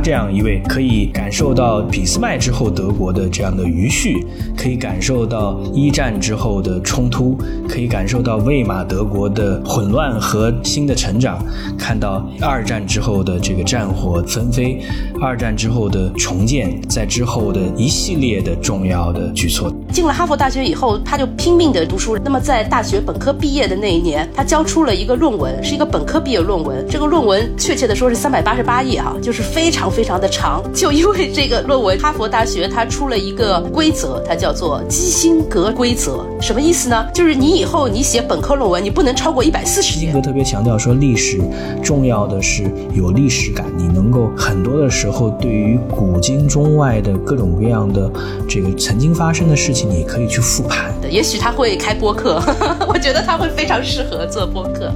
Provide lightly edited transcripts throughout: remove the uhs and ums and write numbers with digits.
这样一位可以感受到俾斯麦之后德国的这样的余绪，可以感受到一战之后的冲突，可以感受到魏玛德国的混乱和新的成长，看到二战之后的这个战火纷飞，二战之后的重建，在之后的一系列的重要的举措。 进了哈佛大学以后，他就拼命的读书。那么在大学本科毕业的那一年，他交出了一个论文，是一个本科毕业论文。这个论文确切的说是388页就是非常非常的长。就因为这个论文，哈佛大学它出了一个规则，它叫做基辛格规则。什么意思呢？就是你以后你写本科论文，你不能超过140页。 基辛格特别强调说，历史重要的是有历史感，你能够很多的时候对于古今中外的各种各样的这个曾经发生的事情，你可以去复盘。 也许他会开播客我觉得他会非常适合做播客。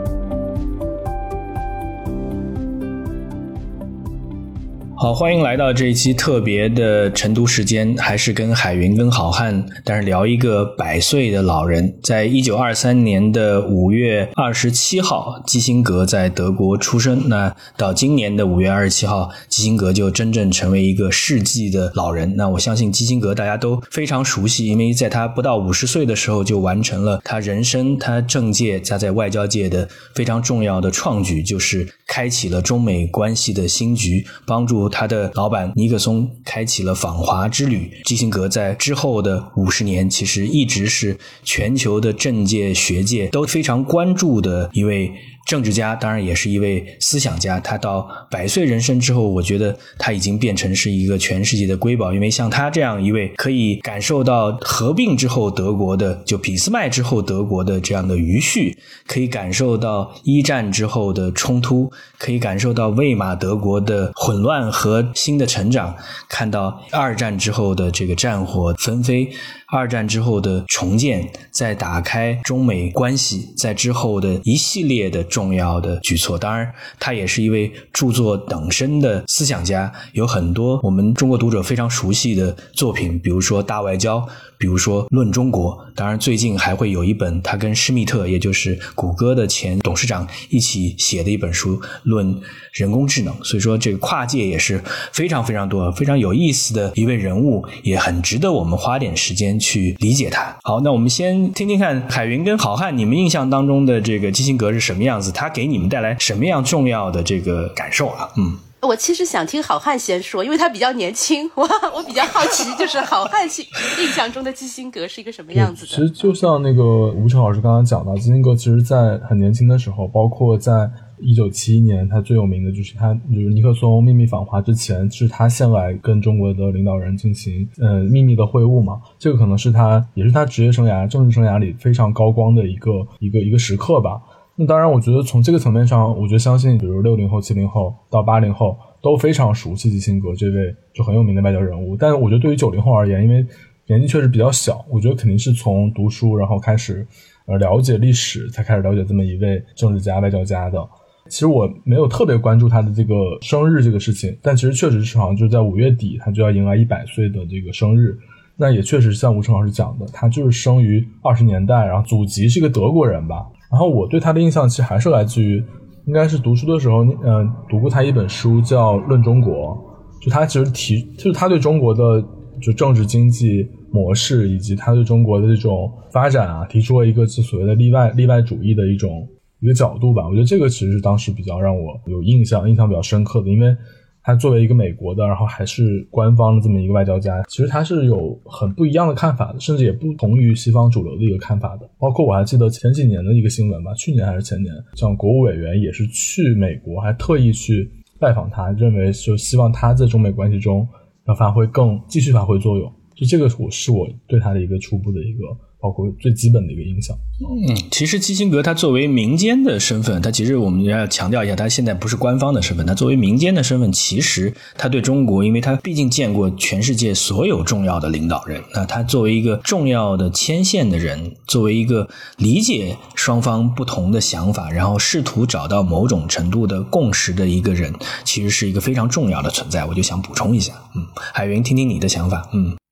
好，欢迎来到这一期特别的晨读时间，还是跟海云跟好汉，但是聊一个100岁的老人。在1923年的5月27号，基辛格在德国出生。那到今年的5月27号，基辛格就真正成为一个世纪的老人。那我相信基辛格大家都非常熟悉，因为在他不到50岁的时候就完成了他人生、他政界、他在外交界的非常重要的创举，就是开启了中美关系的新局，帮助他的老板尼克松开启了访华之旅。基辛格在之后的50年其实一直是全球的政界学界都非常关注的一位政治家，当然也是一位思想家。他到100岁人生之后，我觉得他已经变成是一个全世界的瑰宝，因为像他这样一位可以感受到合并之后德国的，就俾斯麦之后德国的这样的余绪，可以感受到一战之后的冲突，可以感受到魏玛德国的混乱和新的成长，看到二战之后的这个战火纷飞，二战之后的重建，再打开中美关系，在之后的一系列的重要的举措。当然他也是一位著作等身的思想家，有很多我们中国读者非常熟悉的作品，比如说大外交，比如说论中国。当然最近还会有一本他跟施密特，也就是谷歌的前董事长一起写的一本书，论人工智能。所以说这个跨界也是非常非常多，非常有意思的一位人物，也很值得我们花点时间去理解他。好，那我们先听听看海云跟好汉，你们印象当中的这个基辛格是什么样子，他给你们带来什么样重要的这个感受啊？ 我其实想听好汉先说，因为他比较年轻，我比较好奇，就是好汉印象中的基辛格是一个什么样子的。 其实就像那个吴成老师刚刚讲到，基辛格其实在很年轻的时候，包括在1971年他最有名的就是他就是尼克松秘密访华之前，是他先来跟中国的领导人进行秘密的会晤嘛。这个可能是他也是他职业生涯政治生涯里非常高光的一个时刻吧。那当然我觉得从这个层面上，我觉得相信比如60后70后到80后都非常熟悉基辛格这位就很有名的外交人物。但我觉得对于90后而言，因为年纪确实比较小，我觉得肯定是从读书然后开始了解历史，才开始了解这么一位政治家外交家的。其实我没有特别关注他的这个生日这个事情，但其实确实是好像就是在5月底他就要迎来100岁的这个生日。那也确实像吴成老师讲的，他就是生于20年代，然后祖籍是个德国人吧。然后我对他的印象其实还是来自于应该是读书的时候读过他一本书叫《论中国》，就他其实就是他对中国的就政治经济模式以及他对中国的这种发展啊，提出了一个所谓的例外主义的一个角度吧。我觉得这个其实是当时比较让我有印象比较深刻的，因为他作为一个美国的，然后还是官方的这么一个外交家，其实他是有很不一样的看法的，甚至也不同于西方主流的一个看法的。包括我还记得前几年的一个新闻吧，去年还是前年，像国务委员也是去美国，还特意去拜访他，认为就希望他在中美关系中要继续发挥作用。就这个是我对他的一个初步的一个包括最基本的一个印象。 其实基辛格他作为民间的身份，他其实我们要强调一下，他现在不是官方的身份，他作为民间的身份，其实他对中国，因为他毕竟见过全世界所有重要的领导人，那他作为一个重要的牵线的人，作为一个理解双方不同的想法，然后试图找到某种程度的共识的一个人，其实是一个非常重要的存在。我就想补充一下。海云，听听你的想法。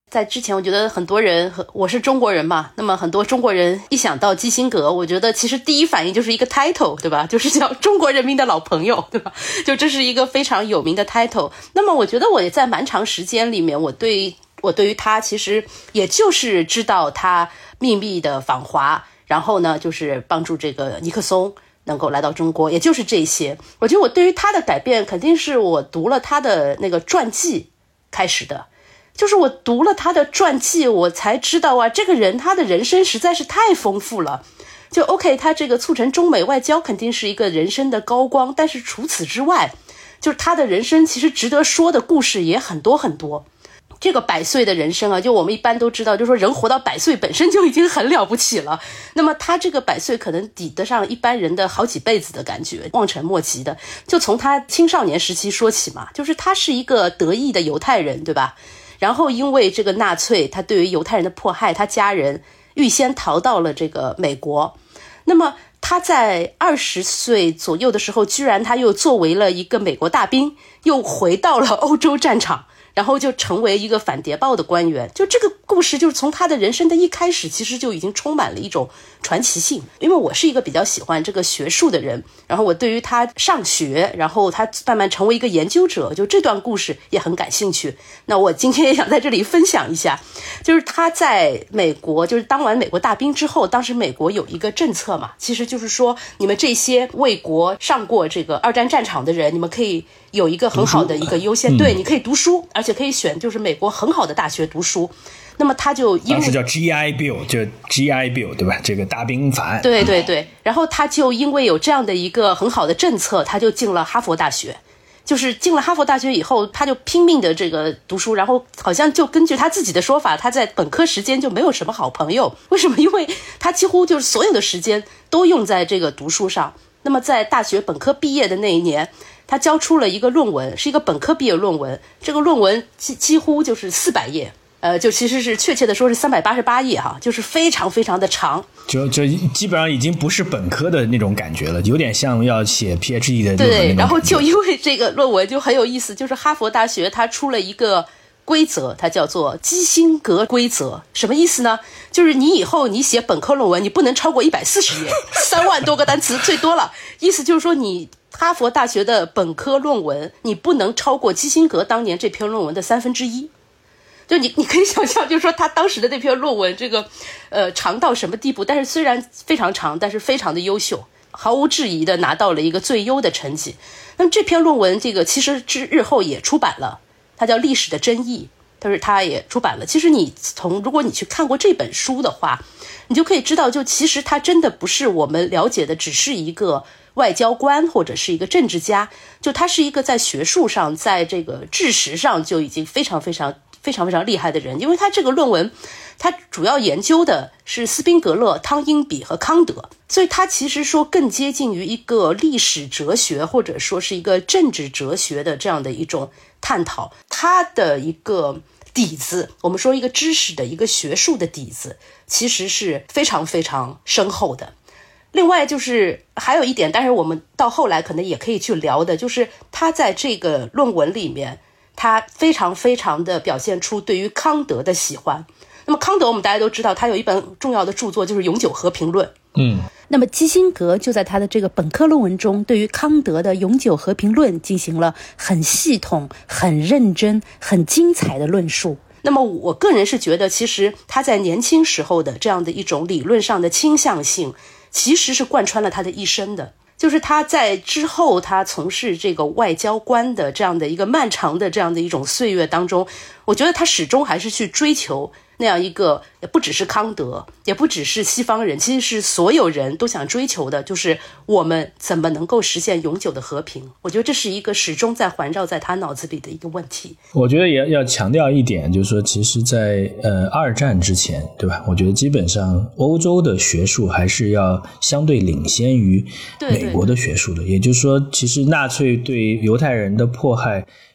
在之前我觉得很多人，我是中国人嘛，那么很多中国人一想到基辛格，我觉得其实第一反应就是一个 title， 对吧？就是叫中国人民的老朋友，对吧？就这是一个非常有名的 title。那么我觉得我也在蛮长时间里面，我对于他其实也就是知道他秘密的访华，然后呢就是帮助这个尼克松能够来到中国，也就是这些。我觉得我对于他的改变肯定是我读了他的那个传记开始的，就是我读了他的传记，我才知道啊，这个人他的人生实在是太丰富了。就 OK， 他这个促成中美外交肯定是一个人生的高光，但是除此之外，就是他的人生其实值得说的故事也很多很多。这个100岁的人生啊，就我们一般都知道，就是说人活到100岁本身就已经很了不起了。那么他这个100岁可能抵得上一般人的好几辈子的感觉，望尘莫及的。就从他青少年时期说起嘛，就是他是一个德裔的犹太人，对吧？然后因为这个纳粹他对于犹太人的迫害，他家人预先逃到了这个美国。那么他在20岁左右的时候，居然他又作为了一个美国大兵，又回到了欧洲战场，然后就成为一个反谍报的官员。就这个故事就是从他的人生的一开始其实就已经充满了一种传奇性。因为我是一个比较喜欢这个学术的人，然后我对于他上学，然后他慢慢成为一个研究者，就这段故事也很感兴趣。那我今天也想在这里分享一下，就是他在美国，就是当完美国大兵之后，当时美国有一个政策嘛，其实就是说你们这些为国上过这个二战战场的人，你们可以有一个很好的一个优先，对，你可以读书，而且可以选就是美国很好的大学读书。那么他就因为是叫 GI Bill， 就 GI Bill 对吧？这个大兵法案。 对对对，然后他就因为有这样的一个很好的政策，他就进了哈佛大学。就是进了哈佛大学以后，他就拼命的这个读书，然后好像就根据他自己的说法，他在本科时间就没有什么好朋友。为什么？因为他几乎就是所有的时间都用在这个读书上。那么在大学本科毕业的那一年，他交出了一个论文，是一个本科毕业论文，这个论文几乎就是400页。就其实是确切的说是388页哈，就是非常非常的长， 就基本上已经不是本科的那种感觉了，有点像要写 PhD 的那种。 对，然后就因为这个论文就很有意思，就是哈佛大学它出了一个规则，它叫做基辛格规则。什么意思呢？就是你以后你写本科论文，你不能超过140页，3万多个单词最多了。意思就是说你哈佛大学的本科论文，你不能超过基辛格当年这篇论文的1/3。就你可以想象，就是说他当时的那篇论文这个长到什么地步，但是虽然非常长，但是非常的优秀，毫无质疑的拿到了一个最优的成绩。那么这篇论文这个其实日后也出版了，它叫《历史的争议》，但是它也出版了。其实如果你去看过这本书的话，你就可以知道，就其实他真的不是我们了解的只是一个外交官或者是一个政治家，就他是一个在学术上在这个知识上就已经非常非常厉害的人。因为他这个论文他主要研究的是斯宾格勒、汤因比和康德，所以他其实说更接近于一个历史哲学或者说是一个政治哲学的这样的一种探讨。他的一个底子，我们说一个知识的一个学术的底子，其实是非常非常深厚的。另外就是还有一点，但是我们到后来可能也可以去聊的，就是他在这个论文里面他非常非常的表现出对于康德的喜欢。那么康德我们大家都知道，他有一本重要的著作就是《永久和平论》。那么基辛格就在他的这个本科论文中，对于康德的《永久和平论》进行了很系统、很认真、很精彩的论述。那么我个人是觉得，其实他在年轻时候的这样的一种理论上的倾向性，其实是贯穿了他的一生的。就是他在之后他从事这个外交官的这样的一个漫长的这样的一种岁月当中，我觉得他始终还是去追求那样一个，也不只是康德，也不只是西方人，其实是所有人都想追求的，就是我们怎么能够实现永久的和平。我觉得这是一个始终在环绕在他脑子里的一个问题。 我觉得也要强调一点，就是说其实在二战之前，对吧，我觉得基本上欧洲的学术还是要相对领先于美国的学术的。也就是说其实纳粹对犹太人的迫害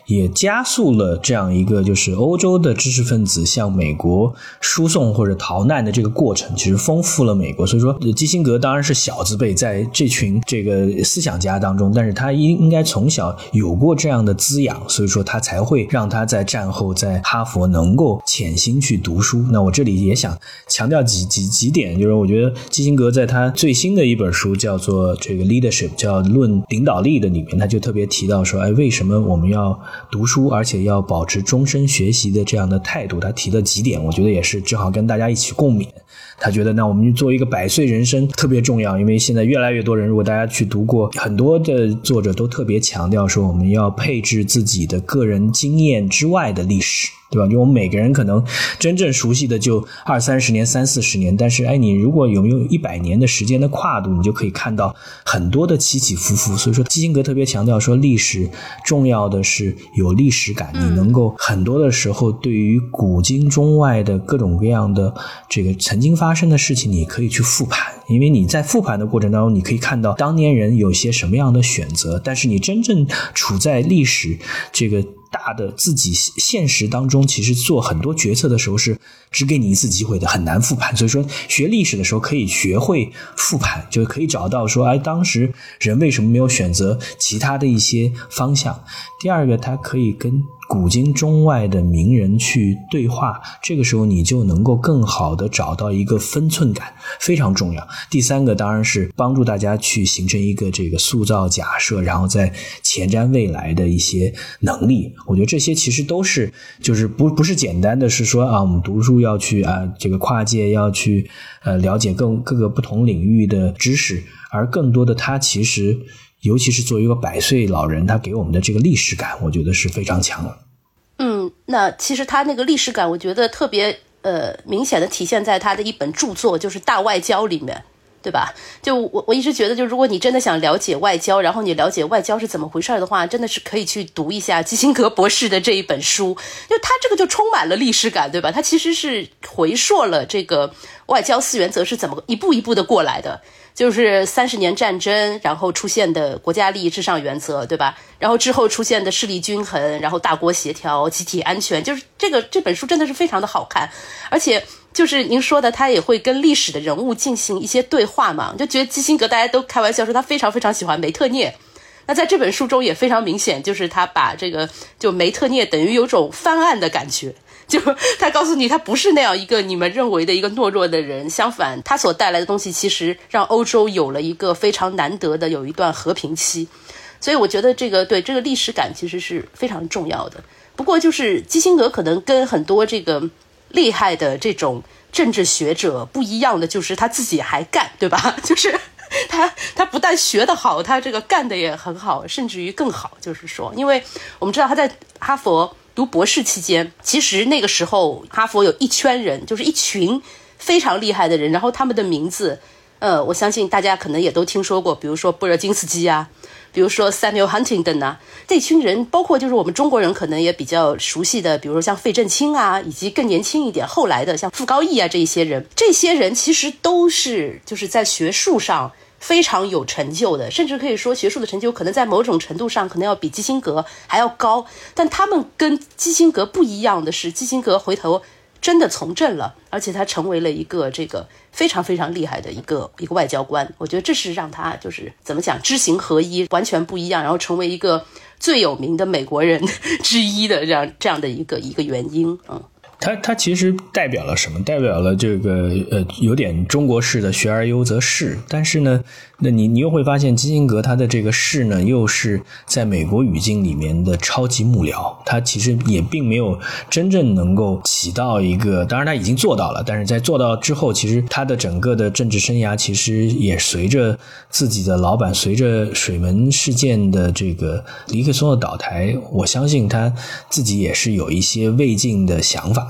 也加速了这样一个就是欧洲的知识分子向美国输送或者逃难的这个过程，其实丰富了美国。所以说基辛格当然是小字辈在这群这个思想家当中，但是他应该从小有过这样的滋养，所以说他才会让他在战后在哈佛能够潜心去读书。那我这里也想强调几点，就是我觉得基辛格在他最新的一本书叫做这个 Leadership， 叫论领导力的里面，他就特别提到说，为什么我们要读书，而且要保持终身学习的这样的态度。他提了几点，我觉得也是正好跟大家一起共勉。他觉得那我们做一个100岁人生特别重要，因为现在越来越多人，如果大家去读过，很多的作者都特别强调说，我们要配置自己的个人经验之外的历史，对吧？因为我们每个人可能真正熟悉的就20-30年、30-40年，但是你如果有没有100年的时间的跨度，你就可以看到很多的起起伏伏。所以说基辛格特别强调说，历史重要的是有历史感，你能够很多的时候对于古今中外的各种各样的这个曾经发生的事情，你可以去复盘，因为你在复盘的过程当中，你可以看到当年人有些什么样的选择，但是你真正处在历史这个大的自己现实当中，其实做很多决策的时候是只给你一次机会的，很难复盘。所以说学历史的时候可以学会复盘，就可以找到说当时人为什么没有选择其他的一些方向。第二个，他可以跟古今中外的名人去对话，这个时候你就能够更好的找到一个分寸感，非常重要。第三个当然是帮助大家去形成一个这个塑造假设，然后再前瞻未来的一些能力。我觉得这些其实都是就是不是简单的是说我们读书要去这个跨界要去了解各个不同领域的知识，而更多的它其实尤其是作为一个100岁老人，他给我们的这个历史感我觉得是非常强的。 那其实他那个历史感我觉得特别明显的体现在他的一本著作就是《大外交》里面，对吧？就我一直觉得，就如果你真的想了解外交，然后你了解外交是怎么回事的话，真的是可以去读一下基辛格博士的这一本书，就他这个就充满了历史感，对吧？他其实是回溯了这个外交4原则是怎么一步一步的过来的，就是30年战争然后出现的国家利益至上原则，对吧？然后之后出现的势力均衡，然后大国协调，集体安全，就是这本书真的是非常的好看。而且就是您说的，他也会跟历史的人物进行一些对话嘛，就觉得基辛格大家都开玩笑说他非常非常喜欢梅特涅。那在这本书中也非常明显，就是他把这个就梅特涅等于有种翻案的感觉，就他告诉你他不是那样一个你们认为的一个懦弱的人，相反他所带来的东西其实让欧洲有了一个非常难得的有一段和平期。所以我觉得这个对这个历史感其实是非常重要的。不过就是基辛格可能跟很多这个厉害的这种政治学者不一样的，就是他自己还干，对吧？就是他不但学得好，他这个干得也很好，甚至于更好。就是说，因为我们知道他在哈佛读博士期间，其实那个时候哈佛有一圈人，就是一群非常厉害的人，然后他们的名字我相信大家可能也都听说过，比如说布热津斯基啊，比如说 Samuel Huntington 啊，这群人包括就是我们中国人可能也比较熟悉的，比如说像费正清啊，以及更年轻一点后来的像傅高义啊，这一些人其实都是就是在学术上非常有成就的，甚至可以说学术的成就可能在某种程度上可能要比基辛格还要高。但他们跟基辛格不一样的是，基辛格回头真的从政了，而且他成为了一个这个非常非常厉害的一个外交官。我觉得这是让他就是怎么讲知行合一，完全不一样，然后成为一个最有名的美国人之一的这样的一个原因。 他其实代表了什么？代表了这个有点中国式的学而优则仕，但是呢，那你又会发现基辛格他的这个仕呢，又是在美国语境里面的超级幕僚，他其实也并没有真正能够起到一个，当然他已经做到了，但是在做到之后，其实他的整个的政治生涯其实也随着自己的老板，随着水门事件的这个尼克松的倒台，我相信他自己也是有一些未尽的想法。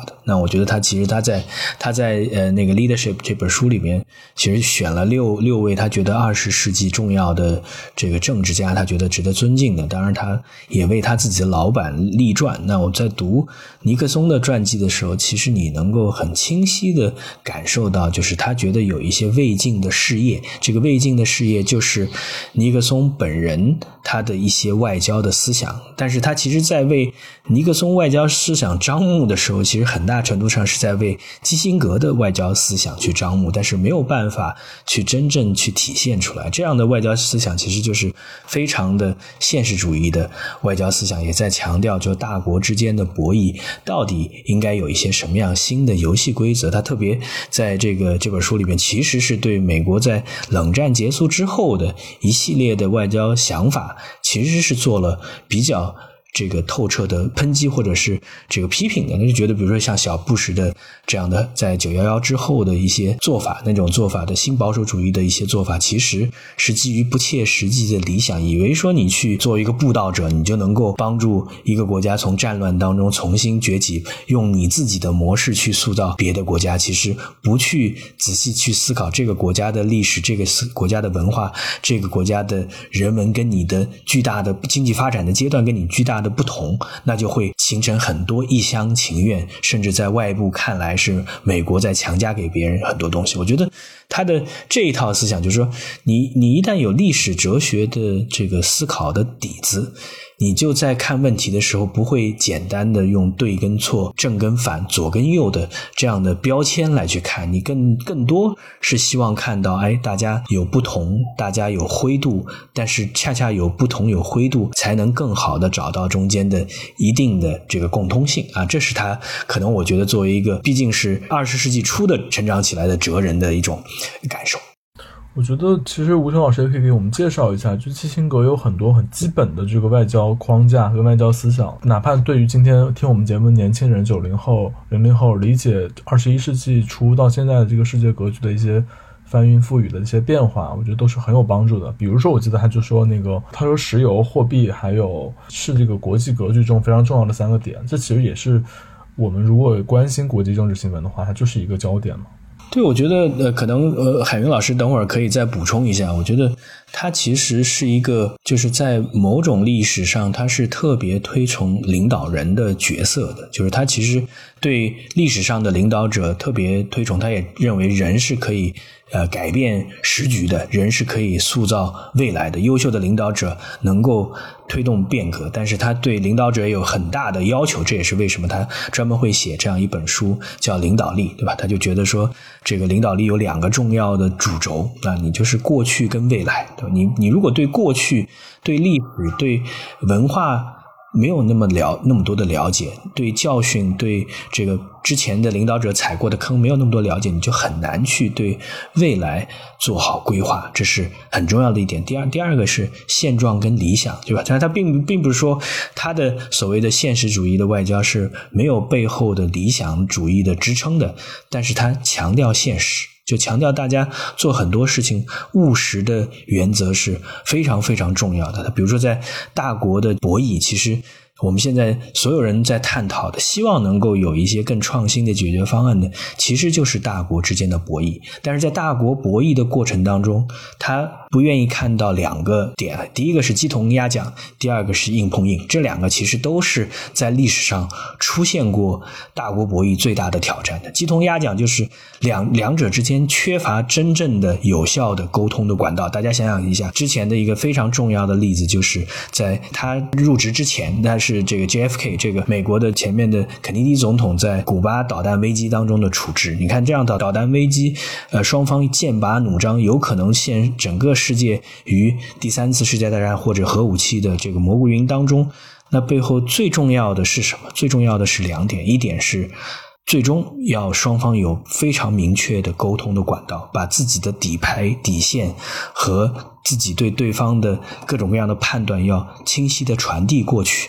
的。那我觉得他在那个 Leadership 这本书里面，其实选了六位他觉得20世纪重要的这个政治家，他觉得值得尊敬的。当然他也为他自己的老板立传。那我在读尼克松的传记的时候，其实你能够很清晰的感受到，就是他觉得有一些未尽的事业，这个未尽的事业就是尼克松本人他的一些外交的思想。但是他其实在为尼克松外交思想张目的时候，其实很大程度上是在为基辛格的外交思想去张目，但是没有办法去真正去体现出来。这样的外交思想其实就是非常的现实主义的外交思想，也在强调就大国之间的博弈到底应该有一些什么样新的游戏规则。他特别在这本书里面其实是对美国在冷战结束之后的一系列的外交想法其实是做了比较这个透彻的抨击或者是这个批评的。那就觉得比如说像小布什的这样的在911之后的一些做法，那种做法的新保守主义的一些做法，其实是基于不切实际的理想，以为说你去做一个布道者，你就能够帮助一个国家从战乱当中重新崛起，用你自己的模式去塑造别的国家，其实不去仔细去思考这个国家的历史，这个国家的文化，这个国家的人文跟你的巨大的经济发展的阶段跟你巨大的不同，那就会形成很多一厢情愿，甚至在外部看来是美国在强加给别人很多东西。我觉得他的这一套思想就是说，你一旦有历史哲学的这个思考的底子，你就在看问题的时候不会简单的用对跟错、正跟反、左跟右的这样的标签来去看，你更多是希望看到大家有不同，大家有灰度，但是恰恰有不同有灰度才能更好的找到中间的一定的这个共通性啊，这是他可能我觉得作为一个毕竟是20世纪初的成长起来的哲人的一种感受。 我觉得其实吴琼老师也可以给我们介绍一下，就基辛格有很多很基本的这个外交框架和外交思想，哪怕对于今天听我们节目的年轻人90后、00后理解21世纪初到现在的这个世界格局的一些翻云覆雨的一些变化，我觉得都是很有帮助的。比如说我记得他就说他说石油、货币还有是这个国际格局中非常重要的3个点，这其实也是我们如果关心国际政治新闻的话，它就是一个焦点嘛。 对，我觉得可能海云老师等会儿可以再补充一下。我觉得他其实是一个就是在某种历史上他是特别推崇领导人的角色的，就是他其实对历史上的领导者特别推崇，他也认为人是可以改变时局的，人是可以塑造未来的，优秀的领导者能够推动变革，但是他对领导者有很大的要求，这也是为什么他专门会写这样一本书叫领导力，对吧？他就觉得说这个领导力有2个重要的主轴，那你就是过去跟未来，对吧？你如果对过去、对历史、对文化没有那么多的了解，对教训、对这个之前的领导者踩过的坑没有那么多了解，你就很难去对未来做好规划，这是很重要的一点。第二个是现状跟理想，对吧？但是他并不是说他的所谓的现实主义的外交是没有背后的理想主义的支撑的，但是他强调现实，就强调大家做很多事情务实的原则是非常非常重要的。比如说在大国的博弈，其实我们现在所有人在探讨的，希望能够有一些更创新的解决方案的，其实就是大国之间的博弈。但是在大国博弈的过程当中，他不愿意看到2个点，第一个是鸡同鸭讲，第二个是硬碰硬，这2个其实都是在历史上出现过大国博弈最大的挑战的。鸡同鸭讲就是两者之间缺乏真正的有效的沟通的管道。大家想想一下，之前的一个非常重要的例子，就是在他入职之前，他是这个 JFK 这个美国的前面的肯尼迪总统在古巴导弹危机当中的处置。你看这样的导弹危机双方剑拔弩张，有可能陷整个世界于第3次世界大战或者核武器的这个蘑菇云当中。那背后最重要的是什么？最重要的是2点，一点是最终要双方有非常明确的沟通的管道，把自己的底牌、底线和自己对对方的各种各样的判断要清晰的传递过去。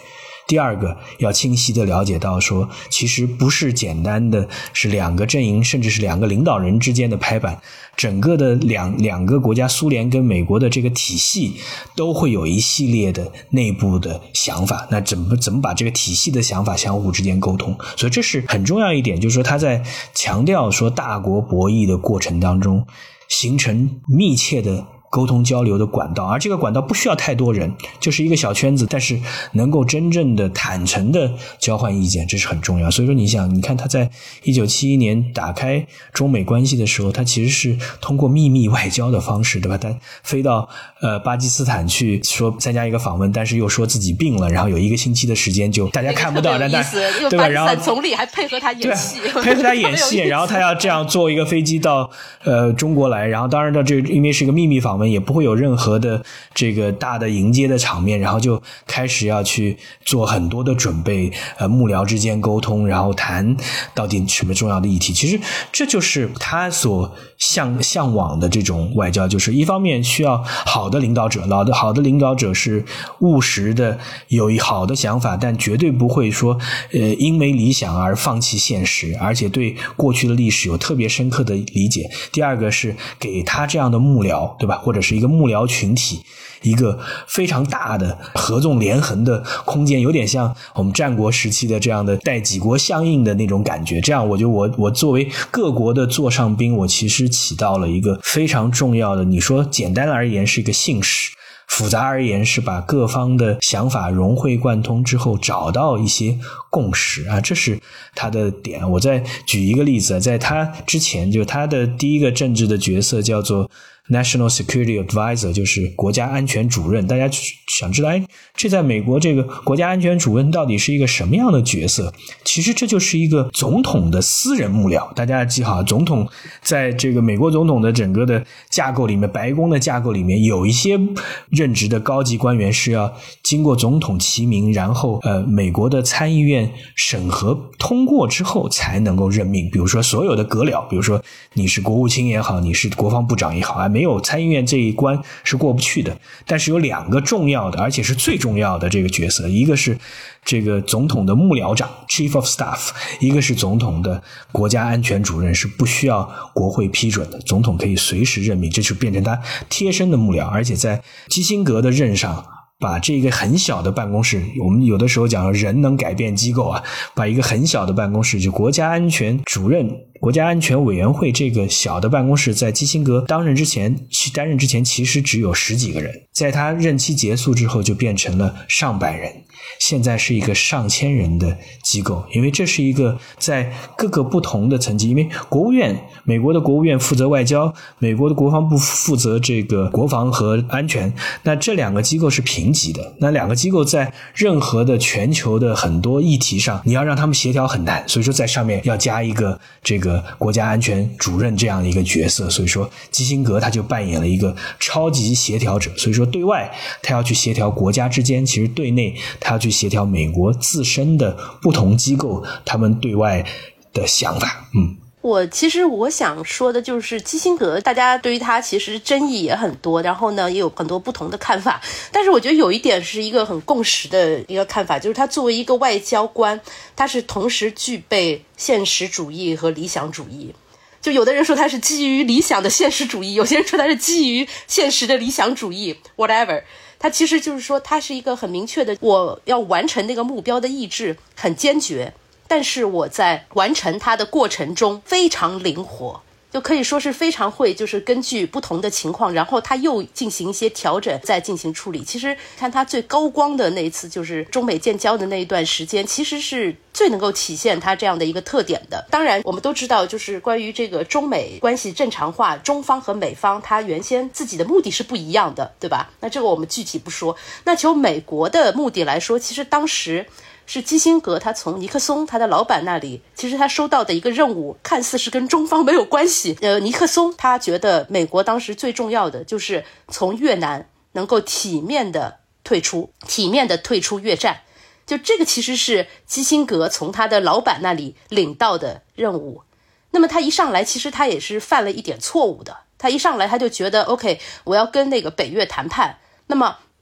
第二个要清晰地了解到说，其实不是简单的是两个阵营甚至是两个领导人之间的拍板，整个的两个国家苏联跟美国的这个体系都会有一系列的内部的想法，那怎么把这个体系的想法相互之间沟通，所以这是很重要一点，就是说他在强调说大国博弈的过程当中形成密切的沟通交流的管道，而这个管道不需要太多人，就是一个小圈子，但是能够真正的坦诚的交换意见，这是很重要。所以说你看他在1971年打开中美关系的时候，他其实是通过秘密外交的方式，对吧？他飞到巴基斯坦去说参加一个访问，但是又说自己病了，然后有1个星期的时间就大家看不到，但对吧？然后总理还配合他演戏， 配合他演戏，然后他要这样坐一个飞机到中国来，然后当然这因为是一个秘密访问，也不会有任何的这个大的迎接的场面，然后就开始要去做很多的准备，幕僚之间沟通，然后谈到底什么重要的议题。其实这就是他所向往的这种外交，就是一方面需要好的领导者，好的领导者是务实的，有一好的想法，但绝对不会说因为理想而放弃现实，而且对过去的历史有特别深刻的理解。第二个是给他这样的幕僚，对吧？或者是一个幕僚群体一个非常大的合纵连横的空间，有点像我们战国时期的这样的带几国相应的那种感觉。这样我觉得我作为各国的座上宾，我其实起到了一个非常重要的，你说简单而言是一个信使，复杂而言是把各方的想法融会贯通之后找到一些共识啊，这是他的点。我再举一个例子，在他之前就他的第一个政治的角色叫做National Security Advisor， 就是国家安全主任。大家想知道这在美国这个国家安全主任到底是一个什么样的角色？其实这就是一个总统的私人幕僚。大家记好，总统在这个美国总统的整个的架构里面，白宫的架构里面有一些任职的高级官员是要经过总统提名，然后美国的参议院审核通过之后才能够任命。比如说所有的阁僚，比如说你是国务卿也好，你是国防部长也好，没有参议院这一关是过不去的。但是有2个重要的，而且是最重要的这个角色，一个是这个总统的幕僚长 Chief of Staff， 一个是总统的国家安全主任，是不需要国会批准的，总统可以随时任命，这就变成他贴身的幕僚。而且在基辛格的任上，把这个很小的办公室，我们有的时候讲人能改变机构啊，把一个很小的办公室，就国家安全主任、国家安全委员会这个小的办公室，在基辛格担任之前其实只有10几个人，在他任期结束之后就变成了上百人，现在是一个上千人的机构。因为这是一个在各个不同的层级，因为国务院，美国的国务院负责外交，美国的国防部负责这个国防和安全，那这2个机构是平级的，那2个机构在任何的全球的很多议题上，你要让他们协调很难，所以说在上面要加一个这个国家安全主任这样的一个角色。所以说基辛格他就扮演了一个超级协调者，所以说对外他要去协调国家之间，其实对内他要去协调美国自身的不同机构他们对外的想法。 其实我想说的就是基辛格，大家对于他其实争议也很多，然后呢也有很多不同的看法，但是我觉得有一点是一个很共识的一个看法，就是他作为一个外交官，他是同时具备现实主义和理想主义。就有的人说他是基于理想的现实主义，有些人说他是基于现实的理想主义 whatever， 他其实就是说他是一个很明确的，我要完成那个目标的意志很坚决，但是我在完成它的过程中非常灵活，就可以说是非常会就是根据不同的情况，然后他又进行一些调整再进行处理。其实看他最高光的那一次，就是中美建交的那一段时间，其实是最能够体现他这样的一个特点的。当然我们都知道，就是关于这个中美关系正常化，中方和美方他原先自己的目的是不一样的，对吧？那这个我们具体不说。那从美国的目的来说，其实当时是基辛格他从尼克松他的老板那里，其实他收到的一个任务看似是跟中方没有关系。尼克松他觉得美国当时最重要的就是从越南能够体面的退出越战，就这个其实是基辛格从他的老板那里领到的任务。那么他一上来其实他也是犯了一点错误的，他一上来他就觉得 OK 我要跟那个北越谈判，那么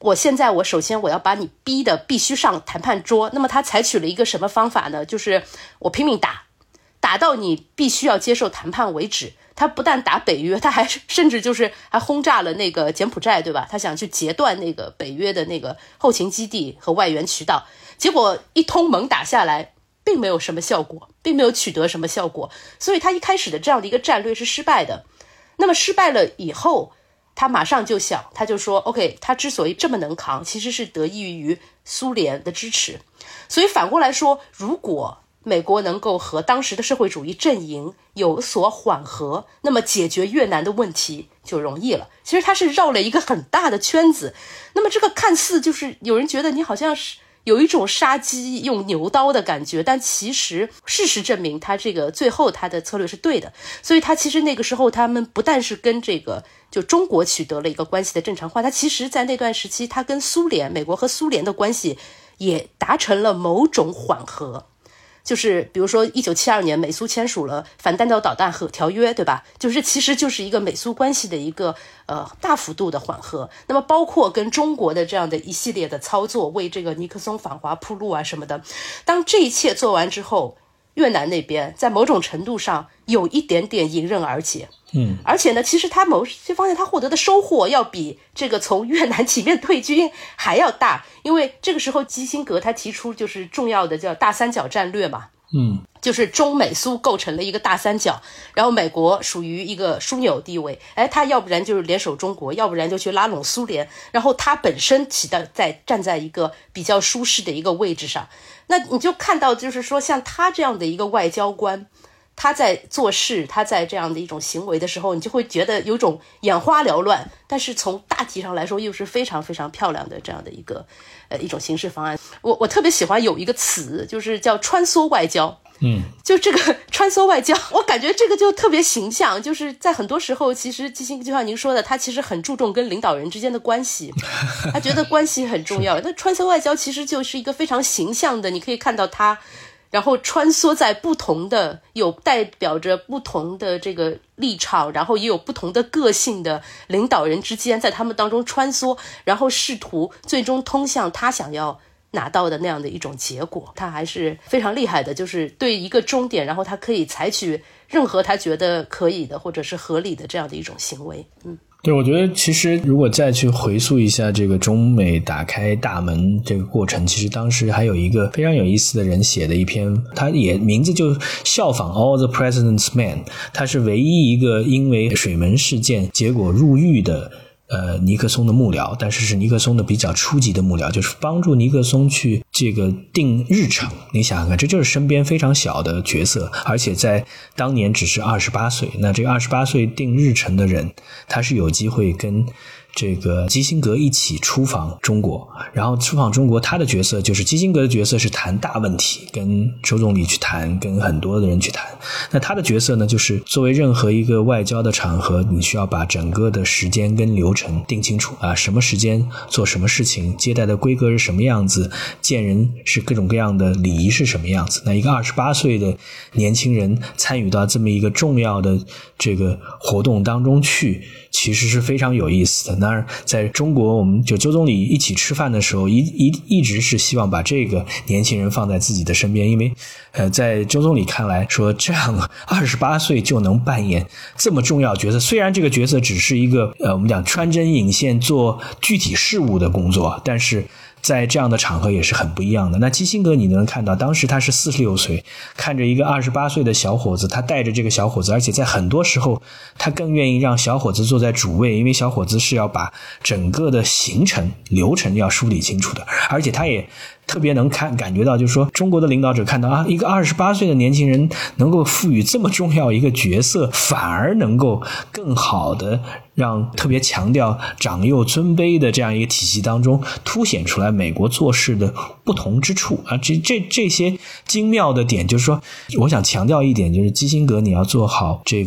我现在首先我要把你逼的必须上谈判桌。那么他采取了一个什么方法呢？就是我拼命打到你必须要接受谈判为止。他不但打北约，他还甚至还轰炸了那个柬埔寨，对吧？他想去截断那个北约的那个后勤基地和外援渠道，结果一通猛打下来，并没有什么效果，并没有取得什么效果，所以他一开始的这样的一个战略是失败的。那么失败了以后，他马上就想，他就说 OK， 他之所以这么能扛，其实是得益于苏联的支持。所以反过来说，如果美国能够和当时的社会主义阵营有所缓和，那么解决越南的问题就容易了。其实他是绕了一个很大的圈子。那么这个看似就是有人觉得你好像是有一种杀鸡用牛刀的感觉，但其实事实证明他这个最后他的策略是对的。所以他其实那个时候他们不但是跟这个就中国取得了一个关系的正常化，他其实在那段时期他跟美国和苏联的关系也达成了某种缓和。就是比如说1972年美苏签署了反弹道导弹条约，对吧？其实就是一个美苏关系的一个大幅度的缓和。那么包括跟中国的这样的一系列的操作，为这个尼克松访华铺路啊什么的。当这一切做完之后，越南那边在某种程度上有一点点迎刃而解。而且呢，其实他某些方面他获得的收获要比这个从越南体面退军还要大，因为这个时候基辛格他提出就是重要的叫大三角战略嘛，就是中美苏构成了一个大三角，然后美国属于一个枢纽地位，他要不然就是联手中国，要不然就去拉拢苏联，然后他本身站在一个比较舒适的一个位置上。那你就看到就是说像他这样的一个外交官，他在做事，他在这样的一种行为的时候，你就会觉得有种眼花缭乱，但是从大体上来说又是非常非常漂亮的这样的一种行事方案。我特别喜欢有一个词，就是叫穿梭外交。就这个穿梭外交，我感觉这个就特别形象。就是在很多时候，其实基辛格就像您说的，他其实很注重跟领导人之间的关系，他觉得关系很重要。那穿梭外交其实就是一个非常形象的，你可以看到他然后穿梭在不同的有代表着不同的这个立场，然后也有不同的个性的领导人之间，在他们当中穿梭，然后试图最终通向他想要拿到的那样的一种结果。他还是非常厉害的，就是对一个终点，然后他可以采取任何他觉得可以的或者是合理的这样的一种行为。 对，我觉得其实如果再去回溯一下这个中美打开大门这个过程，其实当时还有一个非常有意思的人写的一篇，他也名字就效仿 All the President's Men， 他是唯一一个因为水门事件结果入狱的尼克松的幕僚，但是尼克松的比较初级的幕僚，就是帮助尼克松去这个定日程。你想想看，这就是身边非常小的角色，而且在当年只是28岁。那这个28岁定日程的人，他是有机会跟这个基辛格一起出访中国，然后出访中国，他的角色就是基辛格的角色是谈大问题，跟周总理去谈，跟很多的人去谈。那他的角色呢，就是作为任何一个外交的场合，你需要把整个的时间跟流程定清楚啊，什么时间做什么事情，接待的规格是什么样子，见人是各种各样的礼仪是什么样子。那一个28岁的年轻人参与到这么一个重要的这个活动当中去，其实是非常有意思的。当然在中国，我们就周总理一起吃饭的时候一直是希望把这个年轻人放在自己的身边，因为在周总理看来说，这样28岁就能扮演这么重要角色，虽然这个角色只是一个我们讲穿针引线做具体事务的工作，但是在这样的场合也是很不一样的。那基辛格你能看到当时他是46岁，看着一个28岁的小伙子，他带着这个小伙子，而且在很多时候他更愿意让小伙子坐在主位，因为小伙子是要把整个的行程流程要梳理清楚的。而且他也特别能感觉到，就是说中国的领导者看到啊，一个28岁的年轻人能够赋予这么重要一个角色，反而能够更好的让特别强调长幼尊卑的这样一个体系当中凸显出来美国做事的不同之处啊，这些精妙的点，就是说我想强调一点，就是基辛格你要做好这个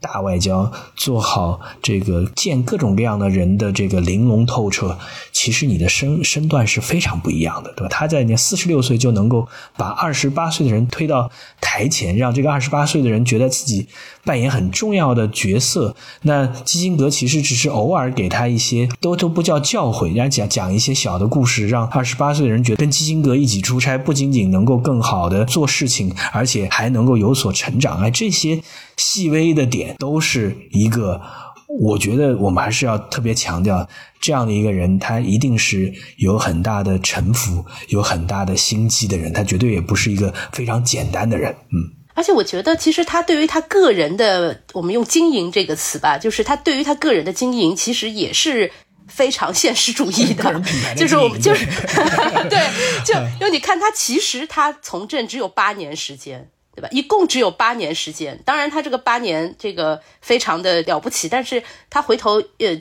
大外交，做好这个见各种各样的人的这个玲珑透彻，其实你的身段是非常不一样的，对吧？他在年46岁就能够把28岁的人推到台前，让这个28岁的人觉得自己扮演很重要的角色。那基辛格其实只是偶尔给他一些都不叫教诲，人家讲一些小的故事，让28岁的人觉得跟基辛格一起出差不仅仅能够更好的做事情，而且还能够有所成长。这些细微的点都是一个，我觉得我们还是要特别强调，这样的一个人他一定是有很大的城府，有很大的心机的人，他绝对也不是一个非常简单的人。 而且我觉得其实他对于他个人的，我们用经营这个词吧，就是他对于他个人的经营其实也是非常现实主义的， 个人品牌的就是我们就是对，就因为你看他其实他从政只有8年时间，对吧？一共只有8年时间。当然他这个8年这个非常的了不起，但是他回头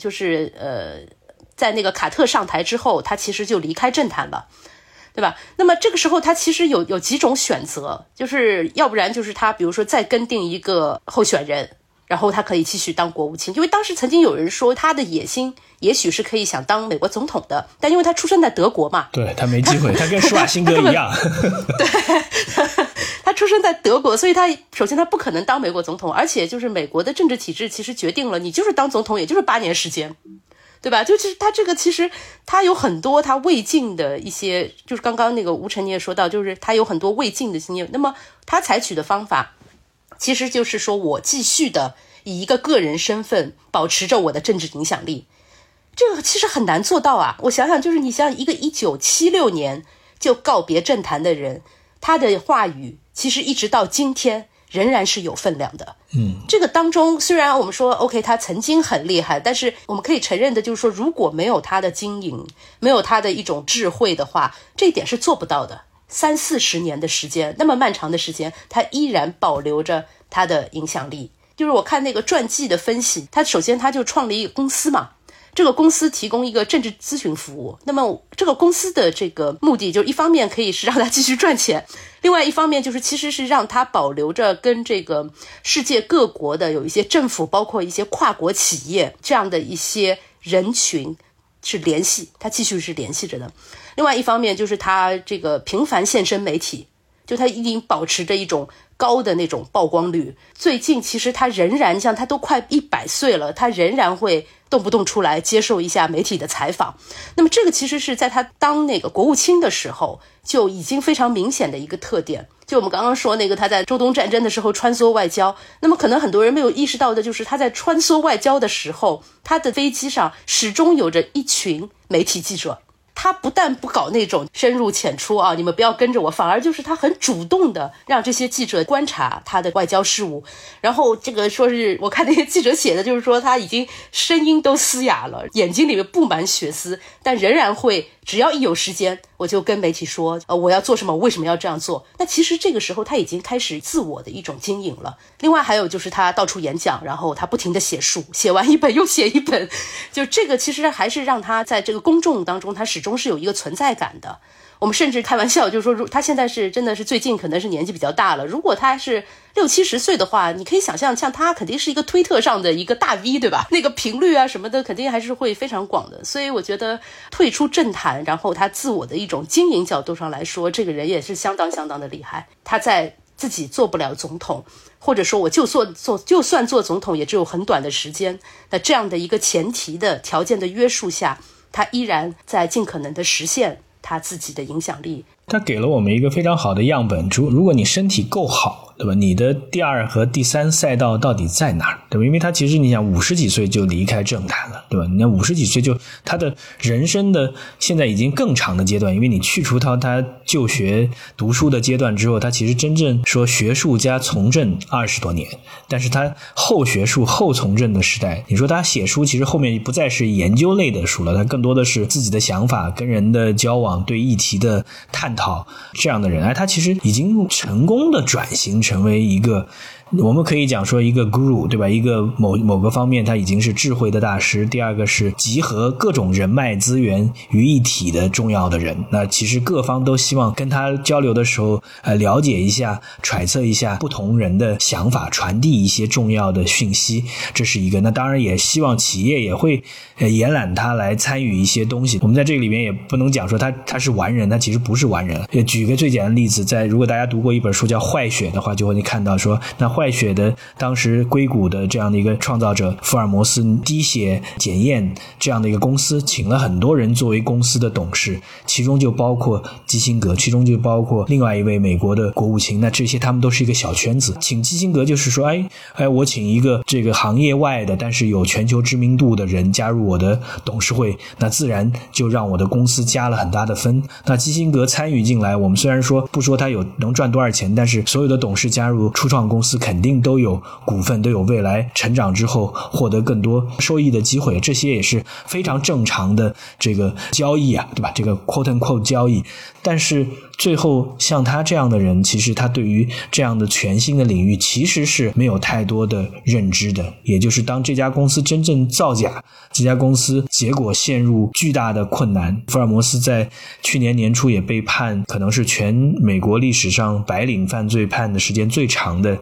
在那个卡特上台之后，他其实就离开政坛了，对吧？那么这个时候他其实有几种选择，就是要不然就是他比如说再跟定一个候选人，然后他可以继续当国务卿，因为当时曾经有人说他的野心也许是可以想当美国总统的，但因为他出生在德国嘛， 对，他没机会，他跟施瓦辛格一样对，他出生在德国，所以他首先他不可能当美国总统，而且就是美国的政治体制其实决定了你就是当总统也就是8年时间，对吧？就是他这个其实他有很多他未尽的一些，就是刚刚那个吴晨你也说到，就是他有很多未尽的经验。那么他采取的方法其实就是说我继续的以一个个人身份保持着我的政治影响力，这个其实很难做到啊。我想想，就是你像一个1976年就告别政坛的人，他的话语其实一直到今天仍然是有分量的。这个当中虽然我们说 OK 他曾经很厉害，但是我们可以承认的就是说，如果没有他的经营，没有他的一种智慧的话，这一点是做不到的。30-40年的时间，那么漫长的时间，他依然保留着他的影响力。就是我看那个传记的分析，他首先他就创立一个公司嘛，这个公司提供一个政治咨询服务，那么这个公司的这个目的就一方面可以是让他继续赚钱，另外一方面就是其实是让他保留着跟这个世界各国的有一些政府，包括一些跨国企业这样的一些人群是联系，他继续是联系着的。另外一方面就是他这个频繁现身媒体，就他一定保持着一种高的那种曝光率。最近其实他仍然像他都快100岁了，他仍然会动不动出来接受一下媒体的采访。那么这个其实是在他当那个国务卿的时候就已经非常明显的一个特点。就我们刚刚说那个他在中东战争的时候穿梭外交，那么可能很多人没有意识到的就是他在穿梭外交的时候，他的飞机上始终有着一群媒体记者。他不但不搞那种深入浅出啊，你们不要跟着我，反而就是他很主动的让这些记者观察他的外交事务。然后这个说是我看那些记者写的，就是说他已经声音都嘶哑了，眼睛里面布满血丝，但仍然会只要一有时间我就跟媒体说我要做什么，我为什么要这样做。那其实这个时候他已经开始自我的一种经营了。另外还有就是他到处演讲，然后他不停的写书，写完一本又写一本，就这个其实还是让他在这个公众当中他始终是有一个存在感的。我们甚至开玩笑就是说，他现在是真的是最近可能是年纪比较大了，如果他是60-70岁的话，你可以想象像他肯定是一个推特上的一个大 V， 对吧？那个频率啊什么的肯定还是会非常广的。所以我觉得退出政坛，然后他自我的一种经营角度上来说，这个人也是相当的厉害。他在自己做不了总统，或者说我就算做总统也只有很短的时间，那这样的一个前提的条件的约束下，他依然在尽可能的实现他自己的影响力。 他给了我们一个非常好的样本，如果你身体够好，对吧？你的第2和第3赛道到底在哪儿，对吧？因为他其实你想50几岁就离开政坛了，对吧？你看50几岁就他的人生的现在已经更长的阶段，因为你去除他就学读书的阶段之后，他其实真正说学术加从政20多年，但是他后学术后从政的时代，你说他写书其实后面不再是研究类的书了，他更多的是自己的想法跟人的交往，对议题的探讨这样的人。他其实已经成功的转型成为一个我们可以讲说一个 guru， 对吧？一个某个方面他已经是智慧的大师，第二个是集合各种人脉资源于一体的重要的人。那其实各方都希望跟他交流的时候了解一下，揣测一下不同人的想法，传递一些重要的讯息，这是一个。那当然也希望企业也会延揽他来参与一些东西。我们在这个里面也不能讲说他是完人，他其实不是完人。举个最简单的例子，如果大家读过一本书叫《坏血》的话，就会看到说，那坏血的当时硅谷的这样的一个创造者福尔摩斯滴血检验这样的一个公司，请了很多人作为公司的董事，其中就包括基辛格，其中就包括另外一位美国的国务卿。那这些他们都是一个小圈子。请基辛格就是说，我请一个这个行业外的但是有全球知名度的人加入我的董事会，那自然就让我的公司加了很大的分。那基辛格参与进来，我们虽然说不说他能赚多少钱，但是所有的董事加入初创公司肯定都有股份，都有未来成长之后获得更多收益的机会，这些也是非常正常的这个交易啊，对吧？这个 quote unquote 交易。但是最后像他这样的人，其实他对于这样的全新的领域其实是没有太多的认知的。也就是当这家公司真正造假，这家公司结果陷入巨大的困难，福尔摩斯在去年年初也被判可能是全美国历史上白领犯罪判的时间最长的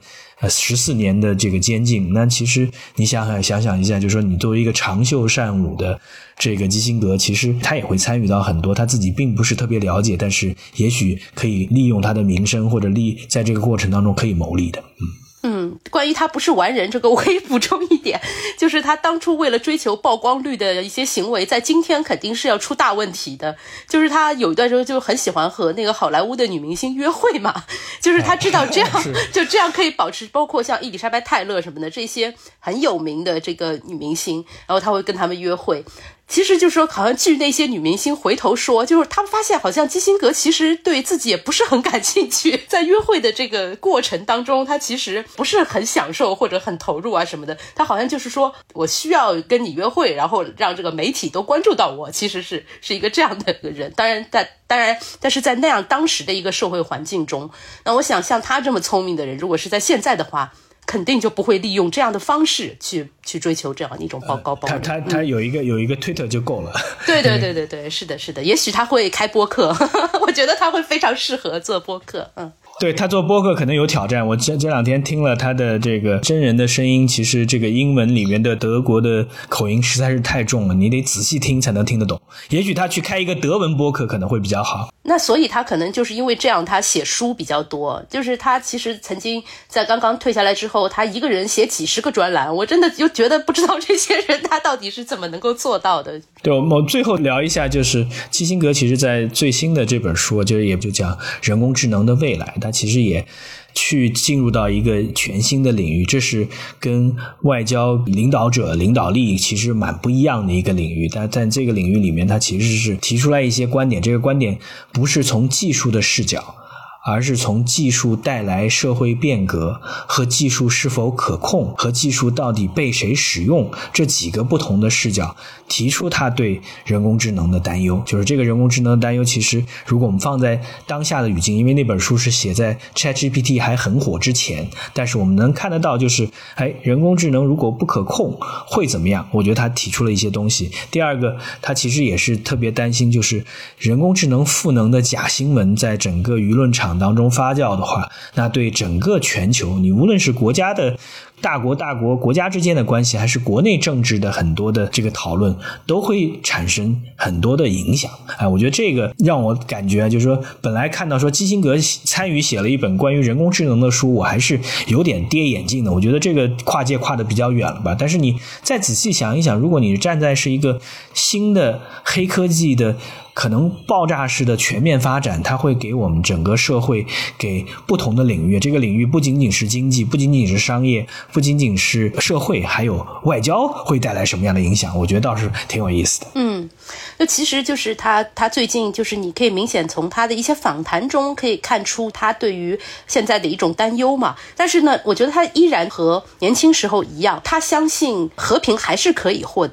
14年的这个监禁。那其实你想想一下，就是说你作为一个长袖善舞的这个基辛格，其实他也会参与到很多他自己并不是特别了解，但是也许可以利用他的名声或者在这个过程当中可以牟利的。 关于他不是完人这个我可以补充一点，就是他当初为了追求曝光率的一些行为在今天肯定是要出大问题的。就是他有一段时候就很喜欢和那个好莱坞的女明星约会嘛，就是他知道这样就这样可以保持，包括像伊丽莎白泰勒什么的这些很有名的这个女明星，然后他会跟他们约会。其实就是说好像据那些女明星回头说，就是他们发现好像基辛格其实对自己也不是很感兴趣，在约会的这个过程当中他其实不是很享受或者很投入啊什么的，他好像就是说我需要跟你约会，然后让这个媒体都关注到我，其实是一个这样的人。当然但是在那样当时的一个社会环境中，那我想像他这么聪明的人，如果是在现在的话，肯定就不会利用这样的方式去追求这样一种曝率。 他有一个 Twitter 就够了。 对，是的，也许他会开播客，我觉得他会非常适合做播客。 对，他做播客可能有挑战。我这两天听了他的这个真人的声音，其实这个英文里面的德国的口音实在是太重了，你得仔细听才能听得懂。也许他去开一个德文播客可能会比较好。 那所以他可能就是因为这样，他写书比较多。就是他其实曾经在刚刚退下来之后，他一个人写几十个专栏，我真的就觉得不知道这些人他到底是怎么能够做到的。 对，我们最后聊一下，就是基辛格其实在最新的这本书，也就讲人工智能的未来，他其实也去进入到一个全新的领域，这是跟外交领导者领导力其实蛮不一样的一个领域。但在这个领域里面，他其实是提出来一些观点，这个观点不是从技术的视角，而是从技术带来社会变革和技术是否可控和技术到底被谁使用这几个不同的视角，提出他对人工智能的担忧。就是这个人工智能的担忧，其实如果我们放在当下的语境，因为那本书是写在 ChatGPT 还很火之前，但是我们能看得到，就是人工智能如果不可控会怎么样。我觉得他提出了一些东西。第二个，他其实也是特别担心，就是人工智能赋能的假新闻在整个舆论场当中发酵的话，那对整个全球，你无论是国家的大国国家之间的关系，还是国内政治的很多的这个讨论，都会产生很多的影响。我觉得这个让我感觉就是说，本来看到说基辛格参与写了一本关于人工智能的书，我还是有点跌眼镜的。我觉得这个跨界跨得比较远了吧。但是你再仔细想一想，如果你站在是一个新的黑科技的可能爆炸式的全面发展，它会给我们整个社会，给不同的领域，这个领域不仅仅是经济，不仅仅是商业，不仅仅是社会，还有外交会带来什么样的影响，我觉得倒是挺有意思的。 那其实就是他最近就是你可以明显从他的一些访谈中可以看出他对于现在的一种担忧嘛。但是呢，我觉得他依然和年轻时候一样，他相信和平还是可以获得的。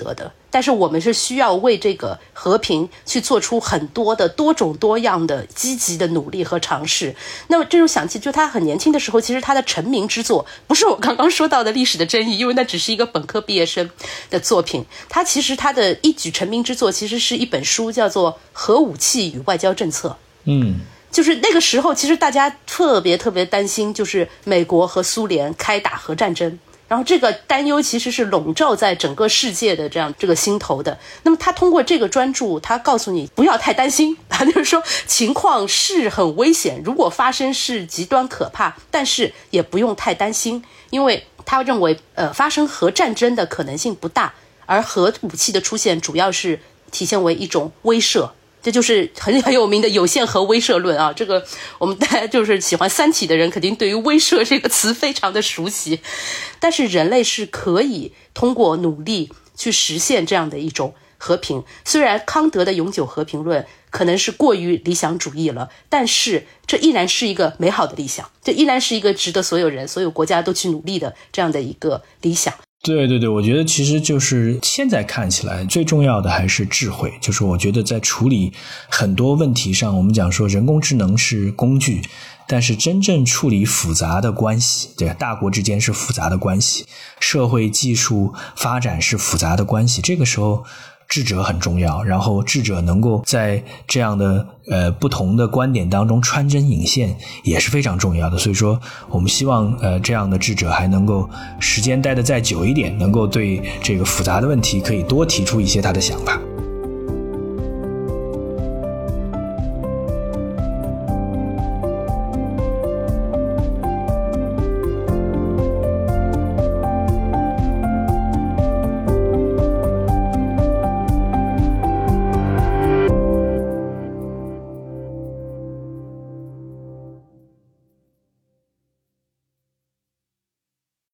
但是我们是需要为这个和平去做出很多的多种多样的积极的努力和尝试。那么这种想起就他很年轻的时候，其实他的成名之作不是我刚刚说到的历史的争议，因为那只是一个本科毕业生的作品。他其实他的一举成名之作其实是一本书，叫做《核武器与外交政策》。就是那个时候其实大家特别担心，就是美国和苏联开打核战争，然后这个担忧其实是笼罩在整个世界的这个心头的。那么他通过这个专著，他告诉你不要太担心，就是说情况是很危险，如果发生是极端可怕，但是也不用太担心，因为他认为发生核战争的可能性不大，而核武器的出现主要是体现为一种威慑。这就是很有名的有限核威慑论啊，这个我们大家就是喜欢三体的人肯定对于威慑这个词非常的熟悉。但是人类是可以通过努力去实现这样的一种和平，虽然康德的永久和平论可能是过于理想主义了，但是这依然是一个美好的理想，这依然是一个值得所有人所有国家都去努力的这样的一个理想。 对，我觉得其实就是现在看起来最重要的还是智慧，就是我觉得在处理很多问题上，我们讲说人工智能是工具，但是真正处理复杂的关系，对，大国之间是复杂的关系，社会技术发展是复杂的关系，这个时候智者很重要，然后智者能够在这样的不同的观点当中穿针引线也是非常重要的。所以说我们希望这样的智者还能够时间待得再久一点，能够对这个复杂的问题可以多提出一些他的想法。